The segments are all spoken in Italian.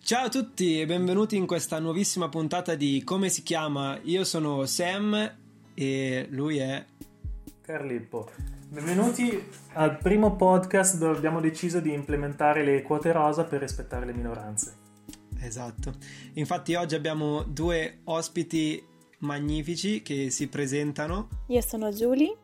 Ciao a tutti e benvenuti in questa nuovissima puntata di Come si chiama? Io sono Sam e lui è Carlippo. Benvenuti al primo podcast dove abbiamo deciso di implementare le quote rosa per rispettare le minoranze. Esatto. Infatti oggi abbiamo due ospiti magnifici che si presentano. Io sono Giulia.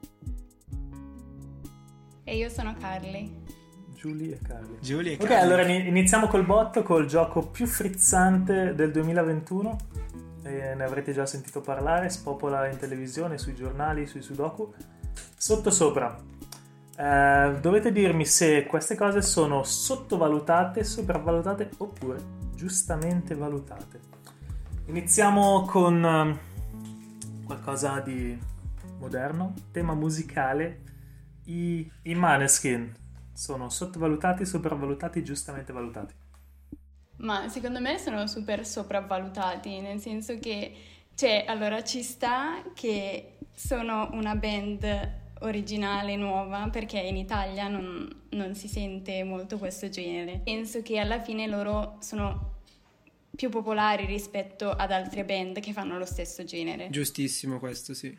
E io sono Carly. Giulia e Carly. Ok, Carly. Allora iniziamo col botto, col gioco più frizzante del 2021. Ne avrete già sentito parlare, spopola in televisione, sui giornali, sui sudoku. Sottosopra. Dovete dirmi se queste cose sono sottovalutate, sopravvalutate oppure giustamente valutate. Iniziamo con qualcosa di moderno, tema musicale. I Måneskin sono sottovalutati, sopravvalutati, giustamente valutati? Ma secondo me sono super sopravvalutati, nel senso che, allora ci sta che sono una band originale, nuova, perché in Italia non si sente molto questo genere. Penso che alla fine loro sono più popolari rispetto ad altre band che fanno lo stesso genere. Giustissimo questo, sì.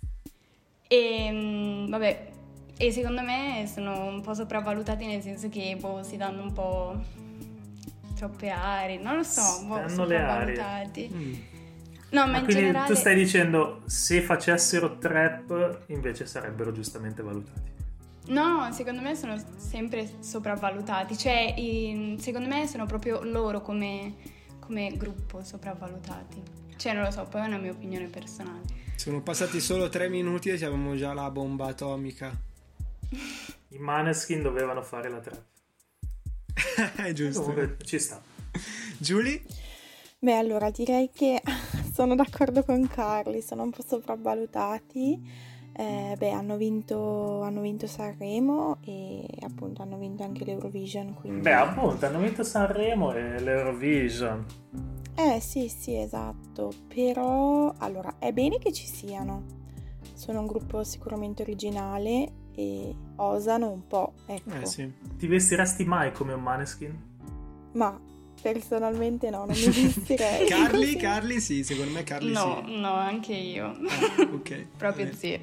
E secondo me sono un po' sopravvalutati, nel senso che si danno un po' troppe arie, non lo so, sopravvalutati. No, ma in quindi generale... tu stai dicendo se facessero trap invece sarebbero giustamente valutati? No, secondo me sono sempre sopravvalutati, secondo me sono proprio loro come gruppo sopravvalutati. Non lo so, poi è una mia opinione personale. Sono passati solo 3 minuti e abbiamo già la bomba atomica. I Måneskin dovevano fare la trap. È giusto. Comunque ci sta. Giulia? Beh, allora direi che sono d'accordo con Carly, sono un po' sopravvalutati. Hanno vinto Sanremo e appunto hanno vinto anche l'Eurovision, quindi... appunto, hanno vinto Sanremo e l'Eurovision. Sì, esatto, però allora è bene che ci siano. Sono un gruppo sicuramente originale e osano un po', ecco. Sì. Ti vestiresti mai come un Måneskin? Ma personalmente no, non mi vestirei. Carly sì, secondo me Carly no, sì. No, anche io. Ok. Proprio zero.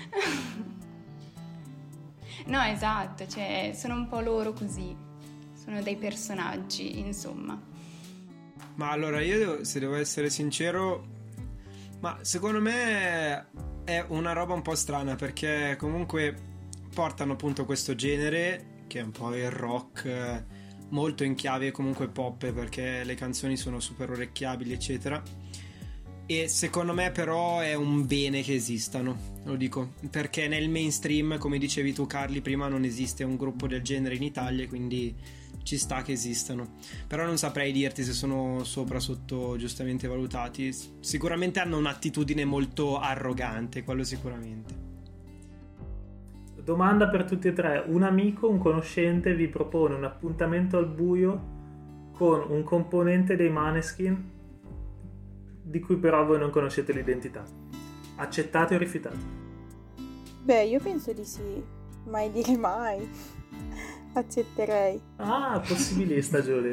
No, esatto, sono un po' loro così. Sono dei personaggi, insomma. Ma allora io, se devo essere sincero, ma secondo me è una roba un po' strana, perché comunque portano appunto questo genere che è un po' il rock, molto in chiave comunque pop, perché le canzoni sono super orecchiabili eccetera, e secondo me però è un bene che esistano, lo dico, perché nel mainstream, come dicevi tu Carly prima, non esiste un gruppo del genere in Italia, quindi ci sta che esistano. Però non saprei dirti se sono sopra, sotto, giustamente valutati. Sicuramente hanno un'attitudine molto arrogante, quello sicuramente. Domanda per tutti e tre: un amico, un conoscente vi propone un appuntamento al buio con un componente dei Måneskin di cui però voi non conoscete l'identità. Accettate o rifiutate? Beh, io penso di sì, mai dire mai. Accetterei. Possibilista Giulia.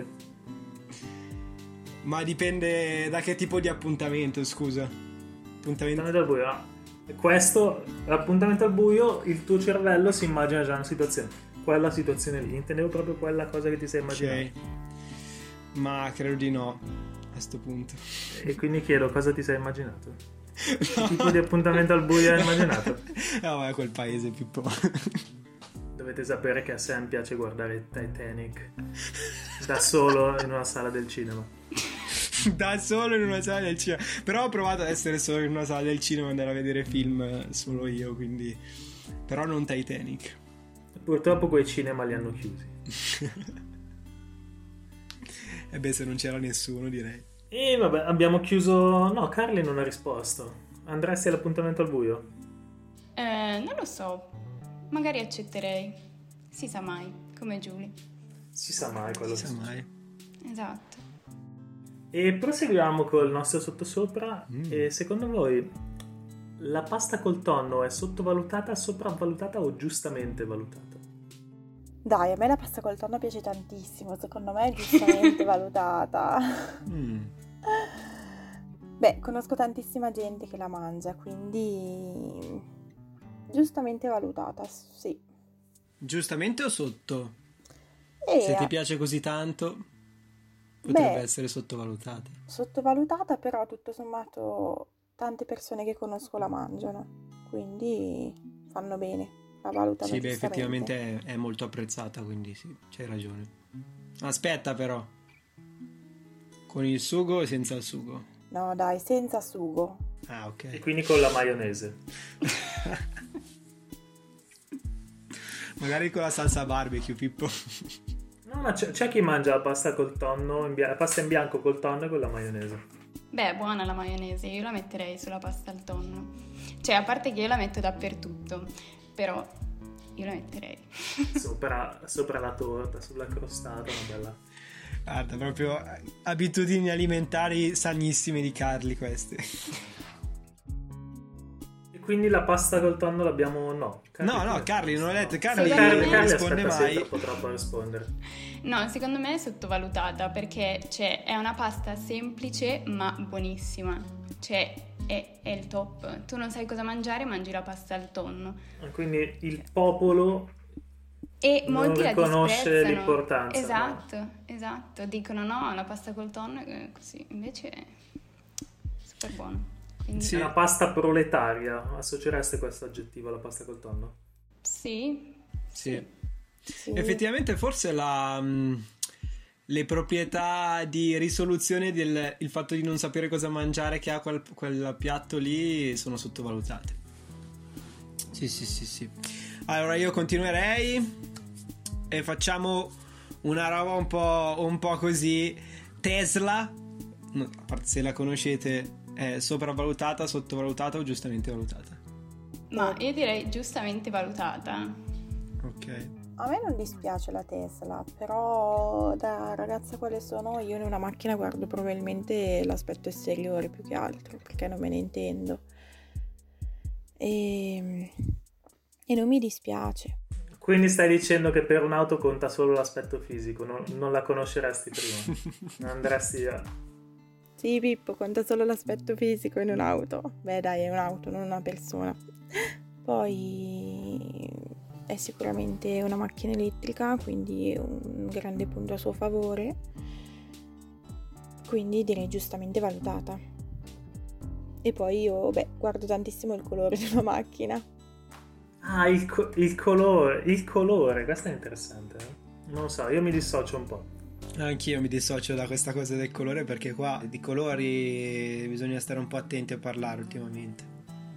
Ma dipende da che tipo di appuntamento, scusa. Appuntamento al buio. Questo, l'appuntamento al buio, il tuo cervello si immagina già una situazione. Quella situazione lì, intendevo proprio quella cosa che ti sei immaginato. Ok. Ma credo di no, a sto punto. E quindi chiedo, cosa ti sei immaginato? No. Che tipo di appuntamento al buio hai immaginato? No, ma è quel paese più povero. Dovete sapere che a Sam piace guardare Titanic da solo in una sala del cinema. Da solo in una sala del cinema. Però ho provato ad essere solo in una sala del cinema e andare a vedere film solo io, quindi... Però non Titanic. Purtroppo quei cinema li hanno chiusi. E beh, se non c'era nessuno, direi. E vabbè, abbiamo chiuso... No, Carly non ha risposto. Andresti all'appuntamento al buio? Non lo so. Magari accetterei. Si sa mai, come Giulia. Si sa mai quello si sa mai. Esatto. E proseguiamo col nostro sottosopra. E secondo voi la pasta col tonno è sottovalutata, sopravvalutata o giustamente valutata? Dai, a me la pasta col tonno piace tantissimo, secondo me è giustamente valutata. Beh, conosco tantissima gente che la mangia, quindi giustamente valutata, sì. Giustamente o sotto? E Se ti piace così tanto, potrebbe beh, essere sottovalutata. sottovalutata, però tutto sommato tante persone che conosco la mangiano, quindi fanno bene, la valutano Sì, beh, giustamente. effettivamente è molto apprezzata, quindi sì, c'hai ragione. Aspetta però, con il sugo o senza il sugo? No, dai, senza sugo. Ah, E ok. quindi con la maionese. Magari con la salsa barbecue, Pippo. No, ma c'è chi mangia la pasta col tonno, la pasta in bianco col tonno e con la maionese. Beh, è buona la maionese, io la metterei sulla pasta al tonno. Cioè, a parte che io la metto dappertutto, però io la metterei. Sopra la torta, sulla crostata, una bella... Guarda, proprio abitudini alimentari sanissime di Carli queste. E quindi la pasta col tonno l'abbiamo... No, No, Carli, non l'ho detto. Carli Secondo non me- risponde aspetta, mai. sì, è troppo a rispondere. No, secondo me è sottovalutata perché cioè, è una pasta semplice ma buonissima. Cioè, è il top. Tu non sai cosa mangiare, mangi la pasta al tonno. Quindi il popolo E non molti la riconosce disprezzano. l'importanza. Esatto. Dicono no, la pasta col tonno è così. Invece è super buona. Quindi Sì. È una pasta proletaria. Associereste questo aggettivo alla pasta col tonno? sì. Sì. Sì. Effettivamente forse le proprietà di risoluzione del il fatto di non sapere cosa mangiare che ha quel piatto lì sono sottovalutate. Sì. Allora io continuerei e facciamo una roba un po' così. Tesla, no, a parte se la conoscete, è sopravvalutata, sottovalutata o giustamente valutata? Ma io direi giustamente valutata. Ok. A me non dispiace la Tesla, però da ragazza quale sono io in una macchina guardo probabilmente l'aspetto esteriore più che altro, perché non me ne intendo. E non mi dispiace. Quindi stai dicendo che per un'auto conta solo l'aspetto fisico, non la conosceresti prima, non andresti a... Sì, Pippo, conta solo l'aspetto fisico in un'auto. Beh, dai, è un'auto, non una persona. Poi è sicuramente una macchina elettrica, quindi un grande punto a suo favore. Quindi direi giustamente valutata. E poi io, guardo tantissimo il colore di una macchina. Ah, il colore, questo è interessante. Non lo so, io mi dissocio un po'. Anch'io mi dissocio da questa cosa del colore perché qua di colori bisogna stare un po' attenti a parlare ultimamente.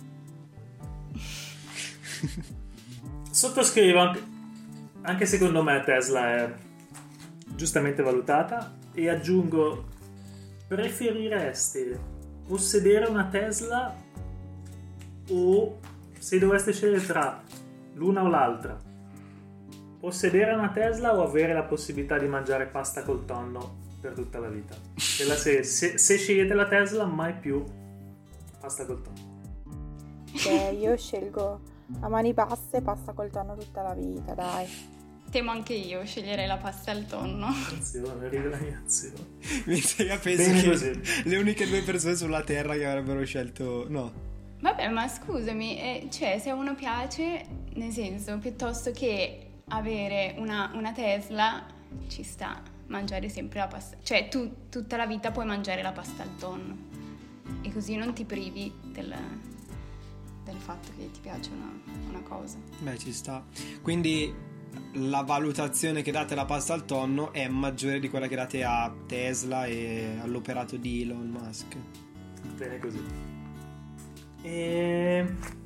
Sottoscrivo, anche secondo me Tesla è giustamente valutata e aggiungo, preferiresti possedere una Tesla o se dovreste scegliere tra l'una o l'altra, possedere una Tesla o avere la possibilità di mangiare pasta col tonno per tutta la vita? Se scegliete la Tesla, mai più pasta col tonno. Io scelgo a mani basse pasta col tonno tutta la vita, dai. Temo anche io, sceglierei la pasta al tonno. Attenzione, rivelazione. Penso Bene che così. le uniche due persone sulla Terra che avrebbero scelto... No. Vabbè, ma scusami, cioè se a uno piace, nel senso, piuttosto che avere una Tesla, ci sta mangiare sempre la pasta. Cioè tu tutta la vita puoi mangiare la pasta al tonno e così non ti privi del fatto che ti piace una cosa. Beh, ci sta. Quindi la valutazione che date alla pasta al tonno è maggiore di quella che date a Tesla e all'operato di Elon Musk. Bene così. E...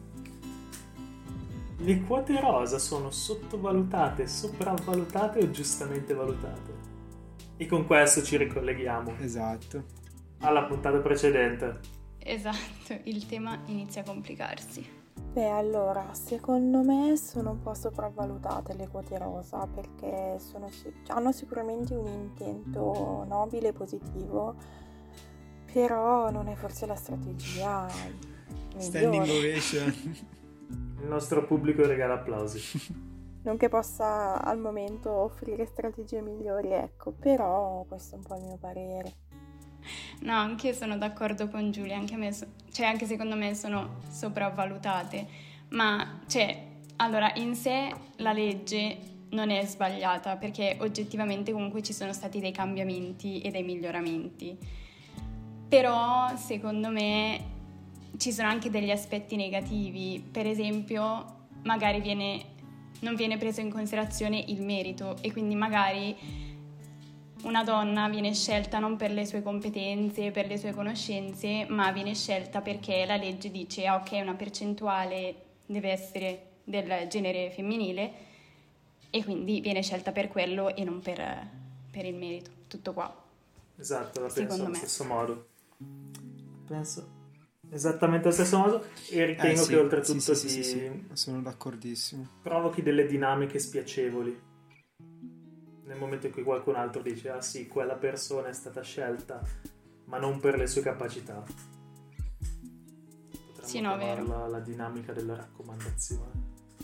le quote rosa sono sottovalutate, sopravvalutate o giustamente valutate? E con questo ci ricolleghiamo Esatto. alla puntata precedente. Esatto, il tema inizia a complicarsi. Allora, secondo me sono un po' sopravvalutate le quote rosa perché hanno sicuramente un intento nobile e positivo, però non è forse la strategia Standing migliore. ovation. Il nostro pubblico regala applausi. non che possa al momento offrire strategie migliori, ecco, però questo è un po' il mio parere. No, anche io sono d'accordo con Giulia, anche a me cioè anche secondo me sono sopravvalutate, ma allora in sé la legge non è sbagliata perché oggettivamente comunque ci sono stati dei cambiamenti e dei miglioramenti, però secondo me ci sono anche degli aspetti negativi, per esempio magari non viene preso in considerazione il merito e quindi magari una donna viene scelta non per le sue competenze, per le sue conoscenze, ma viene scelta perché la legge dice ok, una percentuale deve essere del genere femminile e quindi viene scelta per quello e non per il merito. Tutto qua. Esatto, la penso Secondo allo me. stesso modo. Penso esattamente allo stesso modo e ritengo che oltretutto sì, sono d'accordissimo. Provochi delle dinamiche spiacevoli. Nel momento in cui qualcun altro dice ah sì, quella persona è stata scelta ma non per le sue capacità, potremmo Sì, no, chiamarla vero. la dinamica della raccomandazione.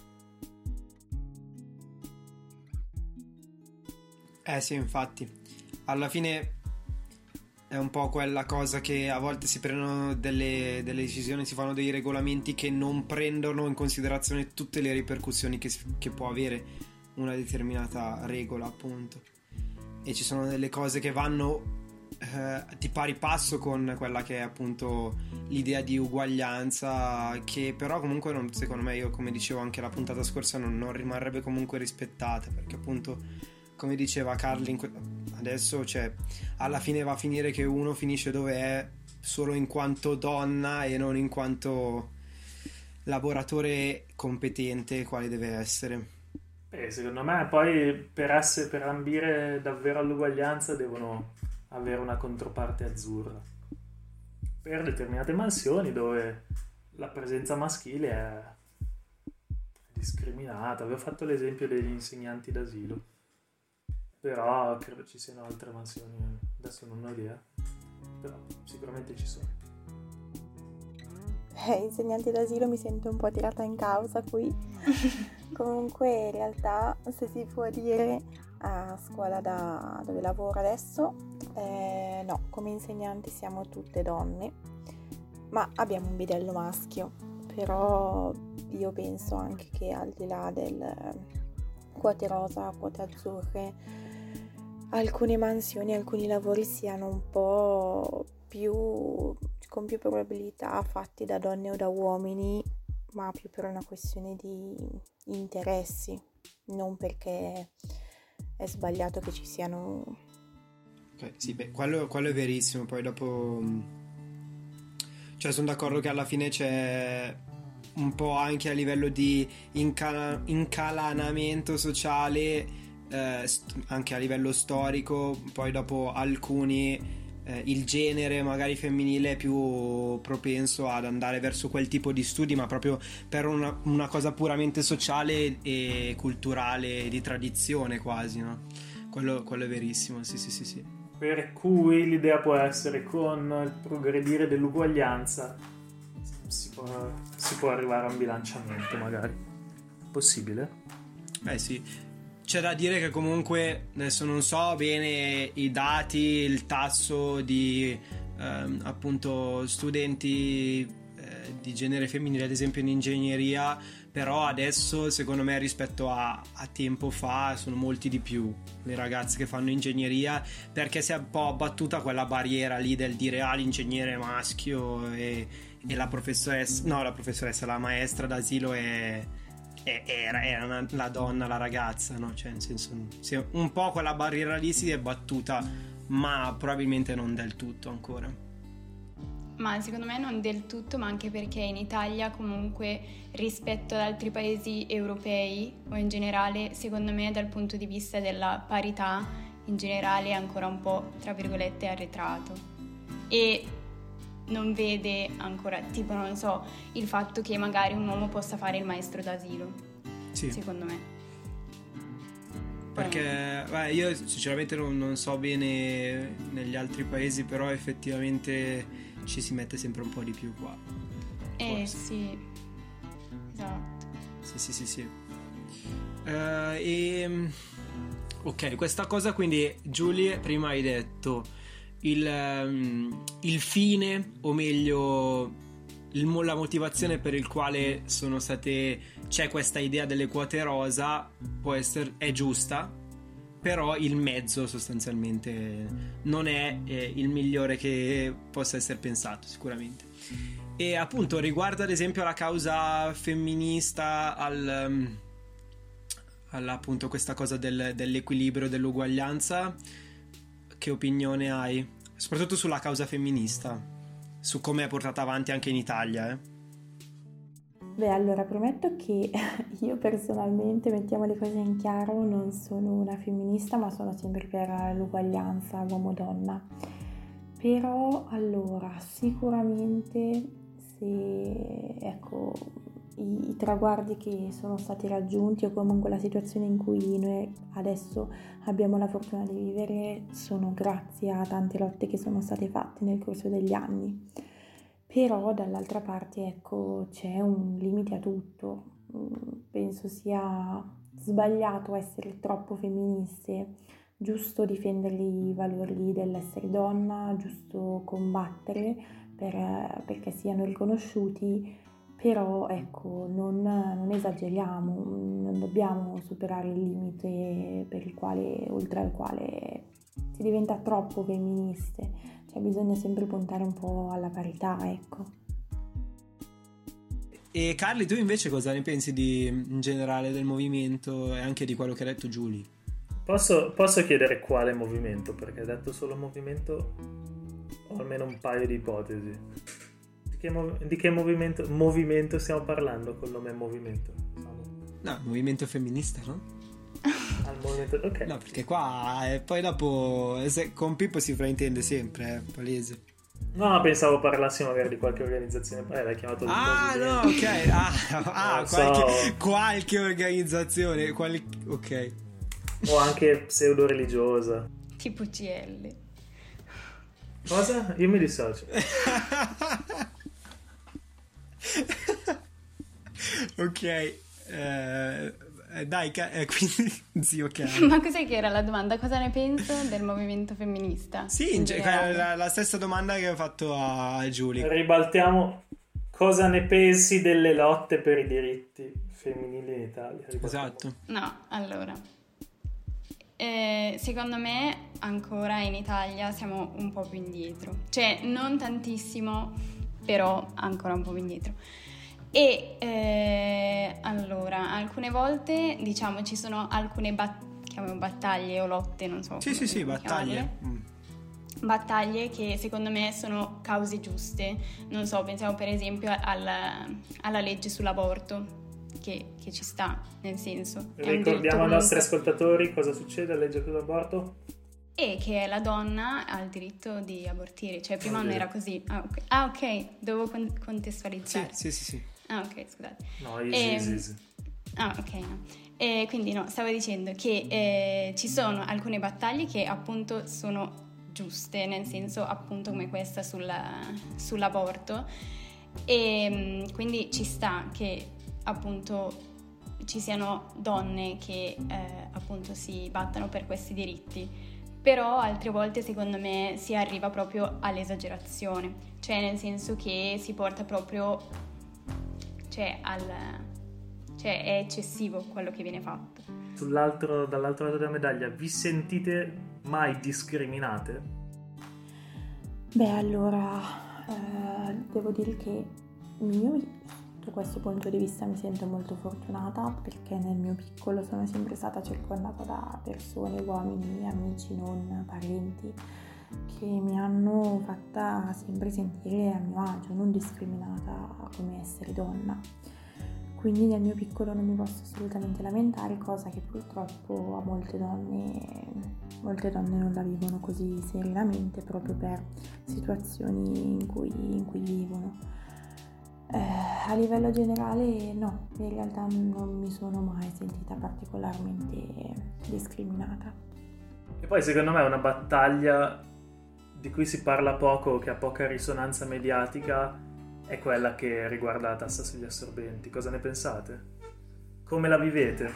Sì, infatti alla fine è un po' quella cosa che a volte si prendono delle decisioni, si fanno dei regolamenti che non prendono in considerazione tutte le ripercussioni che può avere una determinata regola, appunto, e ci sono delle cose che vanno di pari passo con quella che è appunto l'idea di uguaglianza, che però comunque non, secondo me, io come dicevo anche la puntata scorsa, non rimarrebbe comunque rispettata, perché appunto come diceva Carly adesso, cioè alla fine va a finire che uno finisce dove è solo in quanto donna e non in quanto lavoratore competente quale deve essere. Secondo me poi per ambire davvero all'uguaglianza devono avere una controparte azzurra per determinate mansioni dove la presenza maschile è discriminata. Avevo fatto l'esempio degli insegnanti d'asilo, però credo ci siano altre mansioni, adesso non ho idea, però sicuramente ci sono. Insegnanti d'asilo mi sento un po' tirata in causa qui. Comunque in realtà, se si può dire, a scuola dove lavoro adesso, no, come insegnanti siamo tutte donne, ma abbiamo un bidello maschio, però io penso anche che al di là del quote rosa, quote azzurre, alcune mansioni, alcuni lavori siano un po' con più probabilità fatti da donne o da uomini, ma più per una questione di interessi, non perché è sbagliato che ci siano. Okay, sì, beh, quello è verissimo. Poi dopo, cioè, sono d'accordo che alla fine c'è un po' anche a livello di incalanamento sociale, anche a livello storico. Poi dopo alcuni, il genere magari femminile è più propenso ad andare verso quel tipo di studi, ma proprio per una cosa puramente sociale e culturale, di tradizione quasi, no? Quello è verissimo, sì. Per cui l'idea può essere, con il progredire dell'uguaglianza si può arrivare a un bilanciamento, magari. Possibile? Sì. C'è da dire che comunque adesso non so bene i dati, il tasso di appunto studenti di genere femminile, ad esempio in ingegneria, però adesso secondo me rispetto a tempo fa sono molti di più le ragazze che fanno ingegneria, perché si è un po' abbattuta quella barriera lì del dire l'ingegnere maschio e la professoressa, la maestra d'asilo era la donna, la ragazza, no? Cioè, nel senso, un po' quella barriera lì si è battuta, ma probabilmente non del tutto ancora. Ma secondo me non del tutto, ma anche perché in Italia comunque rispetto ad altri paesi europei o in generale, secondo me dal punto di vista della parità in generale è ancora un po' tra virgolette arretrato e non vede ancora, tipo non so, il fatto che magari un uomo possa fare il maestro d'asilo, sì, secondo me. Perché io sinceramente non so bene negli altri paesi, però effettivamente ci si mette sempre un po' di più qua. Sì, esatto. Sì. Ok, questa cosa, quindi Giulia, prima hai detto il fine, o meglio la motivazione per il quale c'è questa idea delle quote rosa è giusta, però il mezzo sostanzialmente non è il migliore che possa essere pensato, sicuramente. E appunto riguardo ad esempio la causa femminista, appunto questa cosa dell'equilibrio, dell'uguaglianza, che opinione hai? Soprattutto sulla causa femminista, su come è portata avanti anche in Italia, Beh, allora premetto che io personalmente, mettiamo le cose in chiaro, non sono una femminista, ma sono sempre per l'uguaglianza uomo-donna. Però, allora, sicuramente se, ecco, i traguardi che sono stati raggiunti, o comunque la situazione in cui noi adesso abbiamo la fortuna di vivere, sono grazie a tante lotte che sono state fatte nel corso degli anni. Però dall'altra parte, ecco, c'è un limite a tutto. Penso sia sbagliato essere troppo femministe, giusto difendere i valori dell'essere donna, giusto combattere perché siano riconosciuti, però ecco, non esageriamo, non dobbiamo superare il limite oltre al quale si diventa troppo femministe. Cioè bisogna sempre puntare un po' alla parità, ecco. E Carli, tu invece cosa ne pensi in generale del movimento e anche di quello che ha detto Giulia? Posso chiedere quale movimento? Perché hai detto solo movimento, ho almeno un paio di ipotesi. Di che movimento stiamo parlando col nome movimento? No, movimento femminista, no? Al movimento, ok. No, perché qua poi dopo con Pippo si fraintende sempre, palese. No, pensavo parlassimo magari di qualche organizzazione. L'hai chiamato di no, ok. Qualche organizzazione, ok. O anche pseudo religiosa, tipo CL. Cosa? Io mi dissocio. Ok, dai, quindi zio Carlo. Ma cos'è che era la domanda? Cosa ne penso del movimento femminista? Sì, la stessa domanda che ho fatto a Giulia. Ribaltiamo. Cosa ne pensi delle lotte per i diritti femminili in Italia? Esatto. No, allora, secondo me ancora in Italia siamo un po' più indietro. Cioè, non tantissimo, però ancora un po' più indietro. E allora, alcune volte, diciamo, ci sono alcune battaglie o lotte, non so. Sì, battaglie. Battaglie che secondo me sono cause giuste. Non so, pensiamo per esempio alla legge sull'aborto, che ci sta, nel senso. Ricordiamo ai nostri ascoltatori cosa succede alla legge sull'aborto? E che la donna ha il diritto di abortire, cioè prima non era così. Ok, devo contestualizzare. Sì. Ah, ok, scusate. No, easy. Ah, ok, no. E quindi no, stavo dicendo che ci sono alcune battaglie che appunto sono giuste, nel senso appunto come questa sull'aborto, e quindi ci sta che appunto ci siano donne che appunto si battano per questi diritti. Però altre volte secondo me si arriva proprio all'esagerazione, cioè nel senso che si porta proprio, cioè è eccessivo quello che viene fatto. Dall'altro lato della medaglia, vi sentite mai discriminate? Beh, allora, devo dire che io da questo punto di vista mi sento molto fortunata, perché nel mio piccolo sono sempre stata circondata da persone, uomini, amici, non parenti, che mi hanno fatta sempre sentire a mio agio, non discriminata come essere donna. Quindi nel mio piccolo non mi posso assolutamente lamentare, cosa che purtroppo a molte donne non la vivono così serenamente, proprio per situazioni in cui vivono. A livello generale no, in realtà non mi sono mai sentita particolarmente discriminata. E poi secondo me è una battaglia di cui si parla poco, che ha poca risonanza mediatica, è quella che riguarda la tassa sugli assorbenti. Cosa ne pensate? Come la vivete?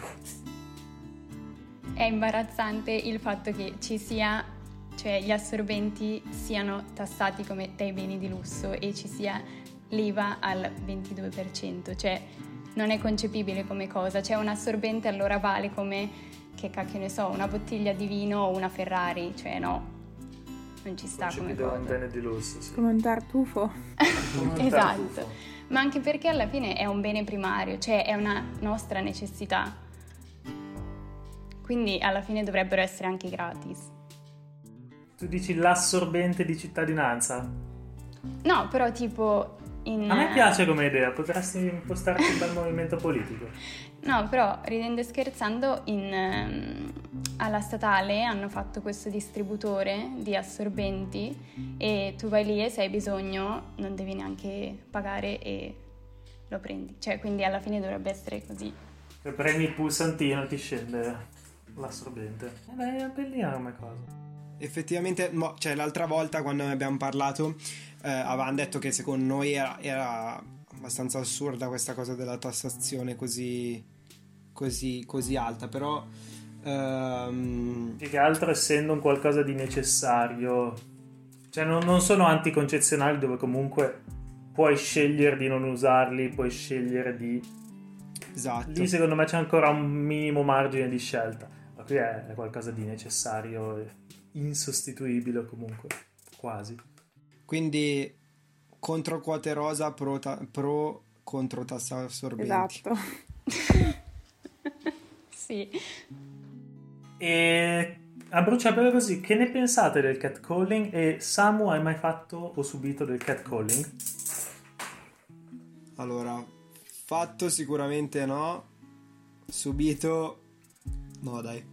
È imbarazzante il fatto che ci sia, cioè gli assorbenti siano tassati come dei beni di lusso e ci sia l'IVA al 22%, cioè non è concepibile come cosa. Cioè un assorbente allora vale come, che cacchio ne so, una bottiglia di vino o una Ferrari, cioè no, non ci sta come Concepito cosa. un bene di lusso, sì. Come un tartufo. Come un Esatto, tartufo. ma anche perché alla fine è un bene primario, cioè è una nostra necessità. Quindi alla fine dovrebbero essere anche gratis. Tu dici l'assorbente di cittadinanza? No, però tipo in... A me piace come idea, potresti impostarti un bel movimento politico. No, però ridendo e scherzando, alla statale hanno fatto questo distributore di assorbenti e tu vai lì e se hai bisogno non devi neanche pagare e lo prendi. Cioè, quindi alla fine dovrebbe essere così. Se premi il pulsantino ti scende l'assorbente. Beh, è bellina come cosa. Effettivamente, cioè l'altra volta quando ne abbiamo parlato avevamo detto che secondo noi era abbastanza assurda questa cosa della tassazione così alta, però Più che altro essendo un qualcosa di necessario, cioè non sono anticoncezionali dove comunque puoi scegliere di non usarli, puoi scegliere di... esatto. Lì secondo me c'è ancora un minimo margine di scelta, ma qui è qualcosa di necessario e insostituibile o comunque quasi. Quindi contro quote rosa, pro contro tasse assorbenti. Esatto. Sì. E a bruciapelo così, che ne pensate del catcalling? E Samu, hai mai fatto o subito del catcalling? Allora, fatto sicuramente no, subito no dai.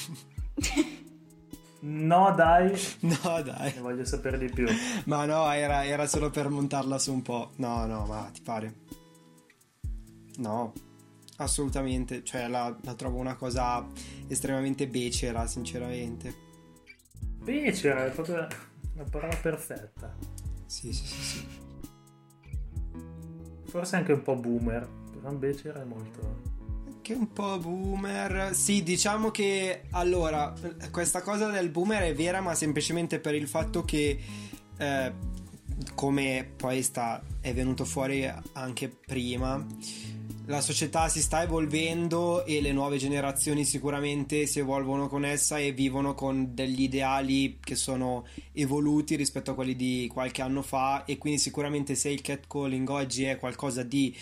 No dai, No dai. ne voglio sapere di più. Ma no, era solo per montarla su un po'. No, ma ti pare? No, assolutamente. Cioè la trovo una cosa estremamente becera, sinceramente. Becera, è proprio la parola perfetta. Sì. Forse anche un po' boomer, però becera è molto... Che un po' boomer. Sì, diciamo che allora questa cosa del boomer è vera, ma semplicemente per il fatto che come poi è venuto fuori anche prima, la società si sta evolvendo e le nuove generazioni sicuramente si evolvono con essa e vivono con degli ideali che sono evoluti rispetto a quelli di qualche anno fa, e quindi sicuramente se il catcalling oggi è qualcosa di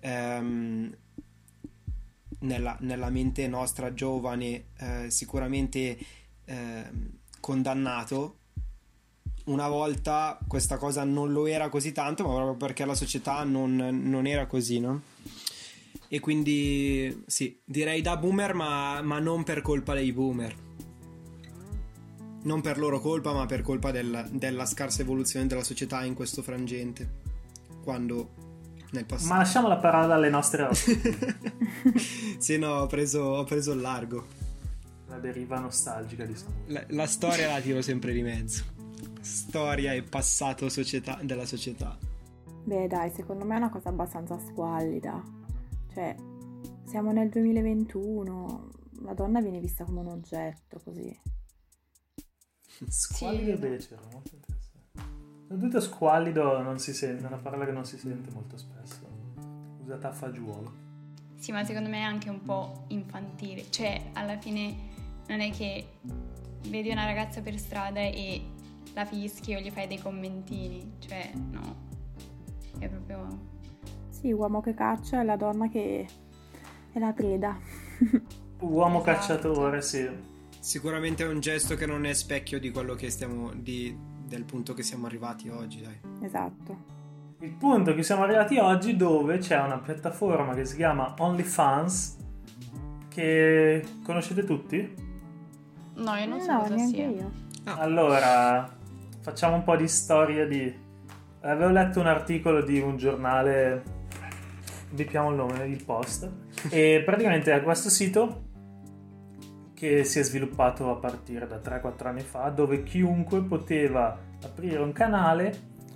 nella mente nostra giovane sicuramente condannato, una volta questa cosa non lo era così tanto, ma proprio perché la società non era così, no? E quindi sì, direi da boomer, ma non per colpa dei boomer, non per loro colpa, ma per colpa della scarsa evoluzione della società in questo frangente, quando nel passato. Ma lasciamo la parola alle nostre ospiti. Sì, no, ho preso il largo. La deriva nostalgica di Samu. La storia la tiro sempre di mezzo. Storia e passato della società. Beh dai, secondo me è una cosa abbastanza squallida. Cioè, siamo nel 2021, la donna viene vista come un oggetto, così. Squallido e becero, molto interessante. Soprattutto squallido non si sente, è una parola che non si sente molto spesso, usata a fagiolo. Sì, ma secondo me è anche un po' infantile. Cioè, alla fine non è che vedi una ragazza per strada e la fischi o gli fai dei commentini. Cioè, no. È proprio... Sì, uomo che caccia e la donna che è la preda. Uomo Esatto. cacciatore, sì. Sicuramente è un gesto che non è specchio di quello che del punto che siamo arrivati oggi, dai. Esatto. Il punto che siamo arrivati oggi, dove c'è una piattaforma che si chiama OnlyFans, che conoscete tutti? No, io non so No, cosa neanche sia. io. Allora, facciamo un po' di storia di... Avevo letto un articolo di un giornale, bipiamo il nome, il Post, e praticamente è questo sito che si è sviluppato a partire da 3-4 anni fa, dove chiunque poteva aprire un canale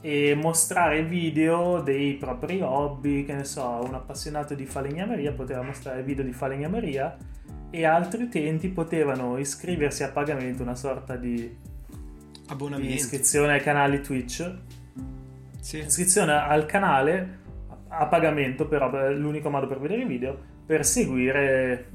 e mostrare video dei propri hobby. Che ne so, un appassionato di falegnameria poteva mostrare video di falegnameria e altri utenti potevano iscriversi a pagamento, una sorta di abbonamento, iscrizione ai canali Twitch. Sì. Iscrizione al canale a pagamento, però è l'unico modo per vedere i video, per seguire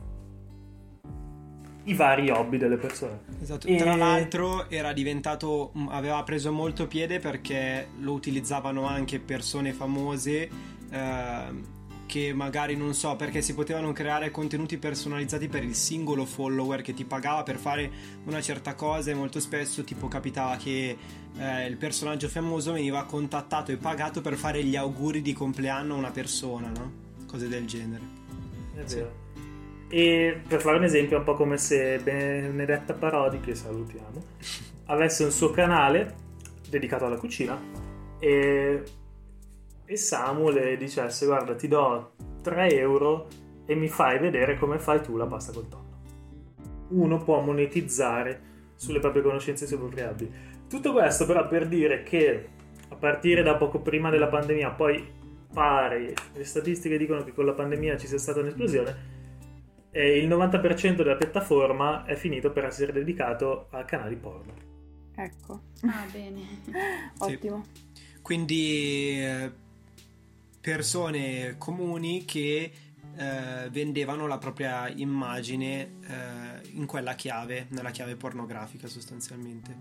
i vari hobby delle persone. Esatto. Tra l'altro era diventato, aveva preso molto piede perché lo utilizzavano anche persone famose, che magari, non so, perché si potevano creare contenuti personalizzati per il singolo follower che ti pagava per fare una certa cosa, e molto spesso tipo capitava che il personaggio famoso veniva contattato e pagato per fare gli auguri di compleanno a una persona, no? Cose del genere. È vero. E per fare un esempio, è un po' come se Benedetta Parodi, che salutiamo, avesse un suo canale dedicato alla cucina e Samu le dicesse: guarda, ti do 3 euro e mi fai vedere come fai tu la pasta col tonno. Uno può monetizzare sulle proprie conoscenze e sui propri hobby. Tutto questo però per dire che a partire da poco prima della pandemia, poi pare, le statistiche dicono che con la pandemia ci sia stata un'esplosione, e il 90% della piattaforma è finito per essere dedicato a canali porno. Ecco. Ah, bene. Ottimo. Quindi persone comuni che vendevano la propria immagine in quella chiave, nella chiave pornografica sostanzialmente.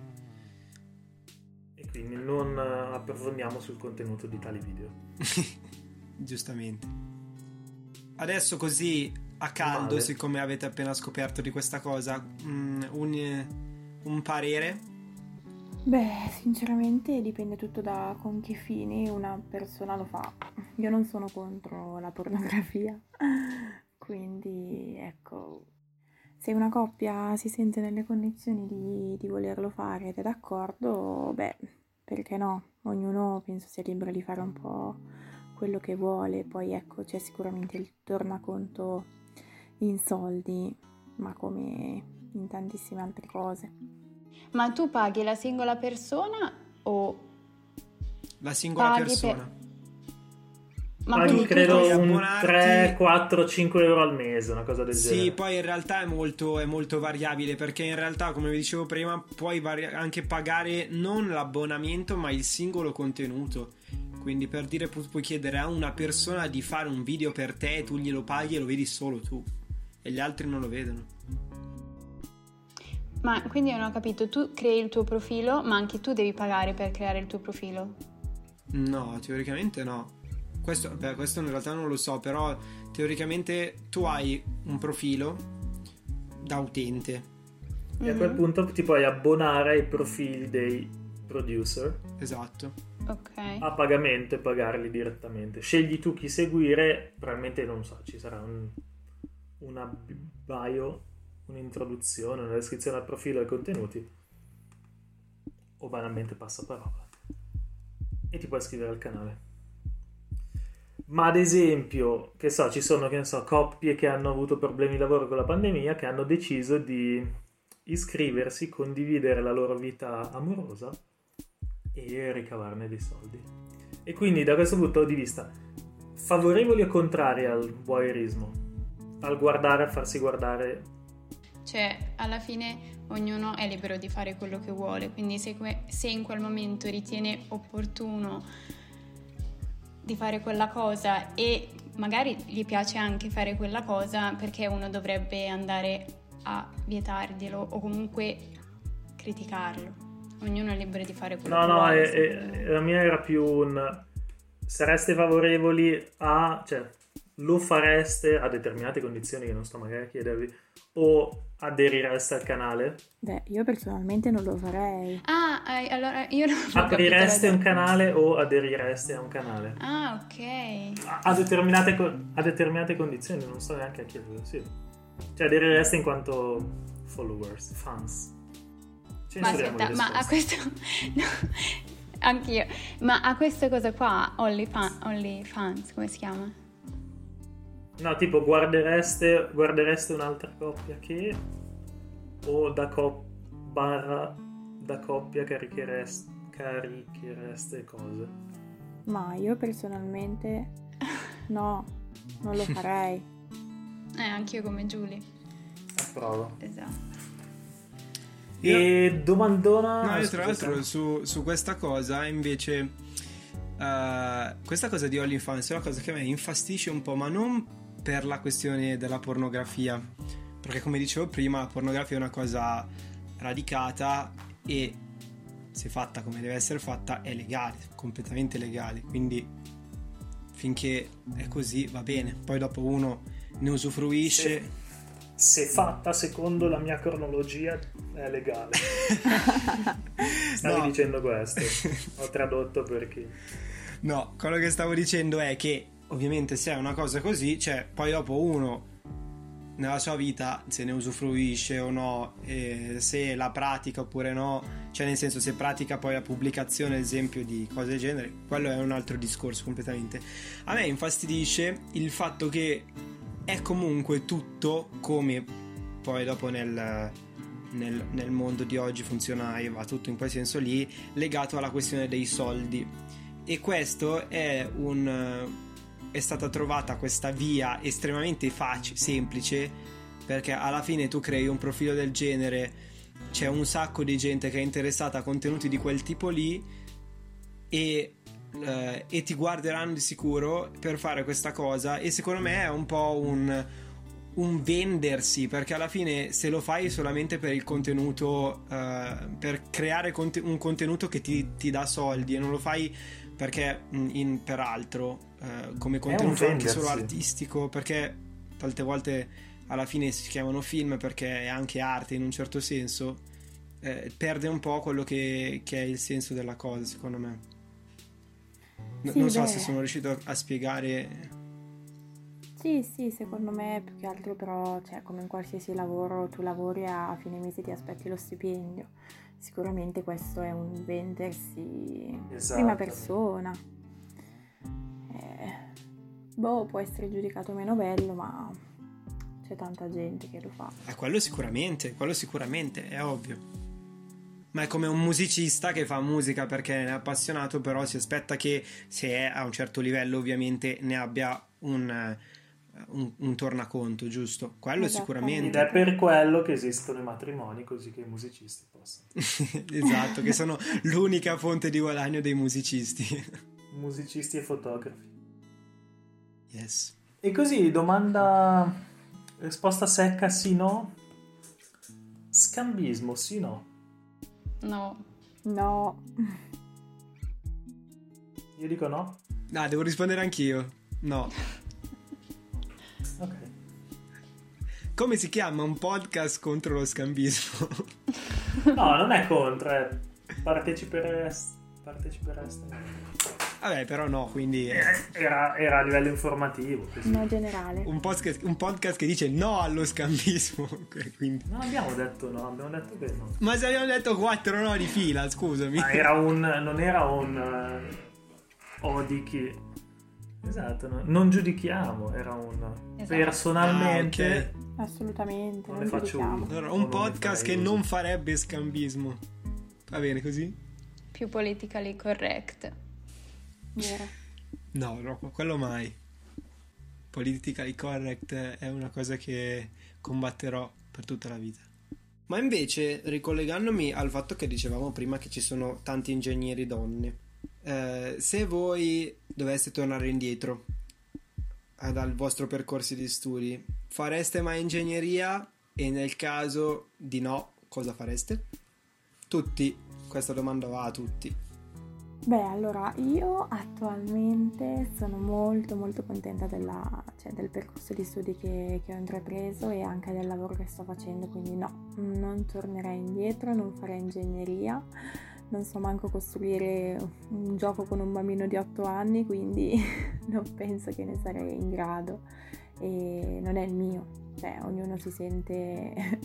E quindi non approfondiamo sul contenuto di tali video. Giustamente. Adesso così a caldo, Male. siccome avete appena scoperto di questa cosa, un parere? Beh, sinceramente dipende tutto da con che fini una persona lo fa. Io non sono contro la pornografia, quindi ecco, se una coppia si sente nelle condizioni di volerlo fare ed è d'accordo, beh, perché no? Ognuno penso sia libero di fare un po' quello che vuole. Poi ecco, c'è sicuramente il tornaconto in soldi, ma come in tantissime altre cose. Ma tu paghi la singola persona o La singola paghi persona. Ma Paghi quindi tu credo puoi un abbonarti- 3, 4, 5 euro al mese, una cosa del Sì, genere. poi in realtà è molto variabile, perché in realtà, come vi dicevo prima, puoi anche pagare non l'abbonamento ma il singolo contenuto. Quindi, per dire, puoi chiedere a una persona di fare un video per te, tu glielo paghi e lo vedi solo tu e gli altri non lo vedono. Ma quindi non ho capito, tu crei il tuo profilo, ma anche tu devi pagare per creare il tuo profilo? No, teoricamente no. Questo in realtà non lo so, però teoricamente tu hai un profilo da utente. E a quel punto ti puoi abbonare ai profili dei producer Esatto. Ok. a pagamento e pagarli direttamente. Scegli tu chi seguire, probabilmente non so, ci sarà una bio, un'introduzione, una descrizione al profilo e ai contenuti, o banalmente passaparola, e ti puoi iscrivere al canale. Ma ad esempio, che so, ci sono, che ne so, coppie che hanno avuto problemi di lavoro con la pandemia, che hanno deciso di iscriversi, condividere la loro vita amorosa e ricavarne dei soldi. E quindi da questo punto di vista, favorevoli o contrari al voyeurismo? Al guardare, a farsi guardare? Cioè, alla fine ognuno è libero di fare quello che vuole, quindi se in quel momento ritiene opportuno di fare quella cosa e magari gli piace anche fare quella cosa, perché uno dovrebbe andare a vietarglielo o comunque criticarlo. Ognuno è libero di fare quello che vuole. La mia era più un: sareste favorevoli a, cioè, lo fareste a determinate condizioni che non sto magari a chiedervi, o aderireste al canale? Beh, io personalmente non lo farei. Allora io non ho Aprireste capito un canale o aderireste a un canale? Ah, ok. A determinate condizioni, non sto neanche a chiederlo, sì. Cioè aderireste in quanto followers, fans. Ma Censuriamo le aspetta, ma a risposte. questo no, anch'io. Ma a questa cosa qua, OnlyFans, come si chiama? No, tipo guardereste un'altra coppia che, o da coppia carichereste cose? Ma io personalmente no, non lo farei. Anch'io come Giulia. Approvo. Esatto. E domandona... No, io scusa, tra l'altro su questa cosa invece questa cosa di OnlyFans è una cosa che a me infastidisce un po', ma non per la questione della pornografia, perché come dicevo prima la pornografia è una cosa radicata e se fatta come deve essere fatta è legale, completamente legale, quindi finché è così va bene, poi dopo uno ne usufruisce. Se fatta secondo la mia cronologia è legale. Stavi dicendo questo. Ho tradotto perché. No, quello che stavo dicendo è che ovviamente se è una cosa così, cioè poi dopo uno nella sua vita se ne usufruisce o no, se la pratica oppure no, cioè nel senso se pratica poi la pubblicazione ad esempio di cose del genere, quello è un altro discorso completamente. A me infastidisce il fatto che è comunque tutto, come poi dopo nel mondo di oggi funziona e va tutto in quel senso lì, legato alla questione dei soldi, e questo è stata trovata questa via estremamente semplice, perché alla fine tu crei un profilo del genere, c'è un sacco di gente che è interessata a contenuti di quel tipo lì e ti guarderanno di sicuro per fare questa cosa, e secondo me è un po' un vendersi, perché alla fine se lo fai solamente per il contenuto, per creare un contenuto che ti dà soldi, e non lo fai perché per altro, come contenuto anche solo artistico, perché tante volte alla fine si chiamano film perché è anche arte in un certo senso, perde un po' quello che è il senso della cosa, secondo me. Non so se sono riuscito a spiegare. Sì, secondo me più che altro, però, cioè, come in qualsiasi lavoro, tu lavori a fine mese ti aspetti lo stipendio. Sicuramente questo è un vendersi prima persona. Può essere giudicato meno bello, ma c'è tanta gente che lo fa. Quello sicuramente, è ovvio. Ma è come un musicista che fa musica perché è appassionato, però si aspetta che, se è a un certo livello, ovviamente ne abbia un tornaconto, giusto? Quello sicuramente. Ed è per quello che esistono i matrimoni, così che i musicisti possano. Esatto, che sono l'unica fonte di guadagno dei musicisti. Musicisti e fotografi. Yes. E così, risposta secca, sì no? Scambismo, sì no? No. Io dico no? Devo rispondere anch'io. No. Ok. Come si chiama un podcast contro lo scambismo? No, non è contro, è partecipereste. Vabbè, però no, quindi era a livello informativo. Così. No, generale. Un podcast che dice no allo scambismo. Quindi. Non abbiamo detto no, abbiamo detto che no. Ma se abbiamo detto 4 no di fila, scusami. Ma non era un di chi. Esatto, no? Non giudichiamo, era un personalmente. Okay. Assolutamente. Non ne faccio uno. Allora, un podcast che non farebbe scambismo. Va bene così? Più politically correct. Vero. No, quello mai. Politically correct è una cosa che combatterò per tutta la vita. Ma invece, ricollegandomi al fatto che dicevamo prima che ci sono tanti ingegneri donne, se voi doveste tornare indietro dal vostro percorso di studi, fareste mai ingegneria? E nel caso di no, cosa fareste? Tutti, questa domanda va a tutti. Beh, allora, io attualmente sono molto molto contenta del percorso di studi che ho intrapreso e anche del lavoro che sto facendo, quindi no, non tornerei indietro, non farei ingegneria, non so manco costruire un gioco con un bambino di 8 anni, quindi non penso che ne sarei in grado e non è il mio, cioè ognuno si sente...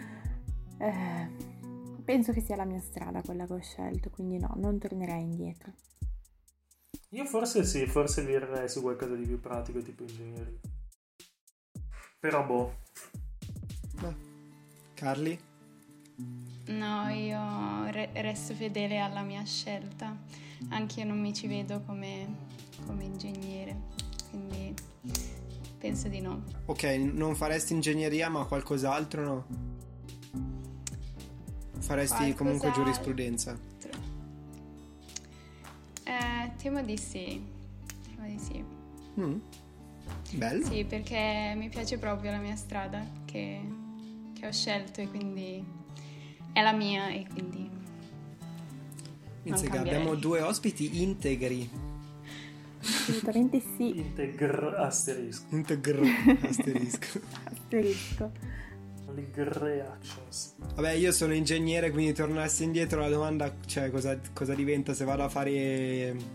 penso che sia la mia strada quella che ho scelto, quindi no, non tornerei indietro. Io forse virerei su qualcosa di più pratico, tipo ingegneria. Però Carli? No, io resto fedele alla mia scelta. Anche io non mi ci vedo come ingegnere, quindi penso di no. Ok, non faresti ingegneria, ma qualcos'altro, no? Faresti comunque giurisprudenza? Temo di sì. Bello. Sì, perché mi piace proprio la mia strada che ho scelto e quindi è la mia e quindi Inizia, abbiamo 2 ospiti integri. Assolutamente sì. Asterisco. Asterisco. Reactions. Vabbè, io sono ingegnere, quindi tornassi indietro la domanda, cioè cosa diventa se vado a fare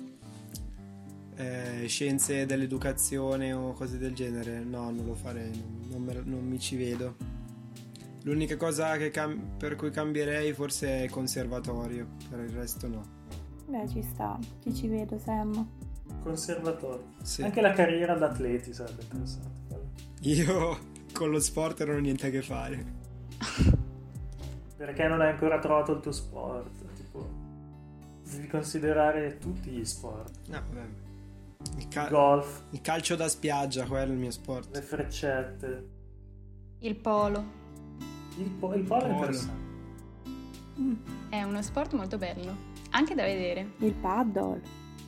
scienze dell'educazione o cose del genere? No, non lo farei, non mi ci vedo. L'unica cosa per cui cambierei forse è il conservatorio, per il resto no. Beh, ci sta, ci vedo, Sam. Conservatorio. Sì. Anche la carriera d'atleti sarebbe interessante. Io con lo sport non ho niente a che fare. Perché non hai ancora trovato il tuo sport? Tipo, devi considerare tutti gli sport. No, vabbè. Golf, Il calcio da spiaggia, quello è il mio sport. le freccette. il polo Il polo è interessante. è uno sport molto bello, anche da vedere. Il paddle.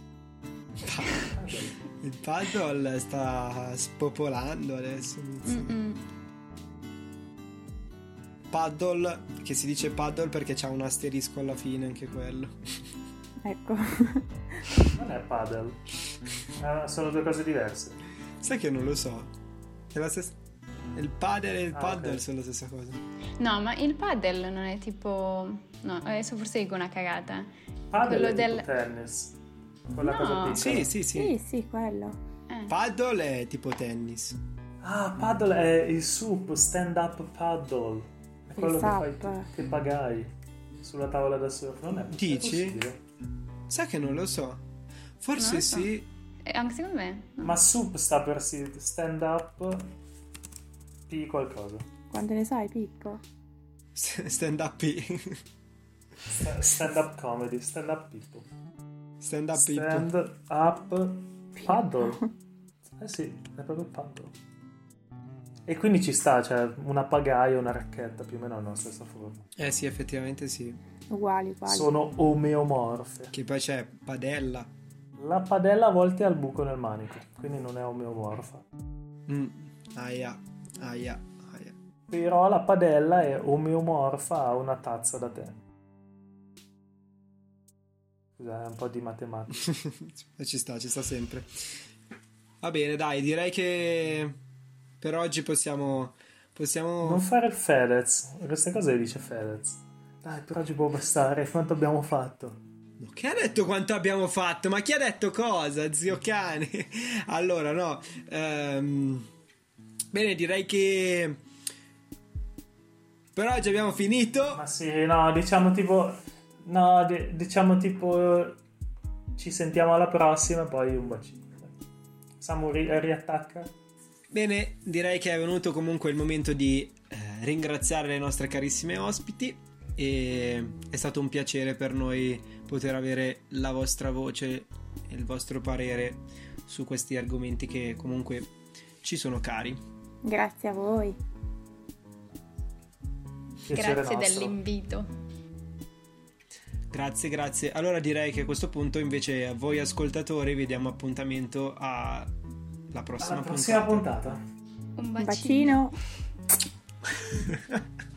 Il paddle sta spopolando adesso. Paddle, che si dice paddle perché c'ha un asterisco alla fine anche quello. Ecco. Non è paddle. Sono 2 cose diverse. Sai che non lo so. È la stessa. Il paddle e il paddle ok. sono la stessa cosa. No, ma il paddle non è tipo... No, adesso forse dico una cagata. Paddle Quello è tipo del... tennis. Quella No. cosa piccola. Sì. Sì, quello. Paddle è tipo tennis. Ah, paddle è il SUP, stand up paddle. È quello che fai SUP. tu, che pagai sulla tavola da surf. Non è Dici? è possibile. Sai che non lo so. Forse Non lo so. sì. Anche secondo me. No. Ma SUP sta per stand up P qualcosa. Quante ne sai, Pippo? Stand up. Stand up comedy, stand up people. Stand up. Stand up paddle. Eh sì, è proprio paddle. E quindi ci sta, cioè una pagaia e una racchetta più o meno hanno la stessa forma. Eh sì, effettivamente sì. Uguali. Sono omeomorfe. Che poi c'è padella. La padella a volte ha il buco nel manico, quindi non è omeomorfa. Aia. Però la padella è omeomorfa a una tazza da tè. Scusa, è un po' di matematica. Ci sta sempre. Va bene, dai, direi che per oggi possiamo... Non fare il Fedez. Queste cose le dice Fedez. Dai, per oggi può bastare. Quanto abbiamo fatto? Che ha detto quanto abbiamo fatto? Ma chi ha detto cosa, zio cane? Allora, no. Bene, direi che per oggi abbiamo finito. Ma sì, no, diciamo tipo... No, diciamo tipo... Ci sentiamo alla prossima, poi un bacino. Samu riattacca. Bene, direi che è venuto comunque il momento di ringraziare le nostre carissime ospiti e è stato un piacere per noi poter avere la vostra voce e il vostro parere su questi argomenti che comunque ci sono cari. Grazie a voi. Piacere Grazie nostro. dell'invito. Grazie. Allora direi che a questo punto invece a voi ascoltatori vi diamo appuntamento alla prossima Alla prossima puntata. Un Un bacino. bacino.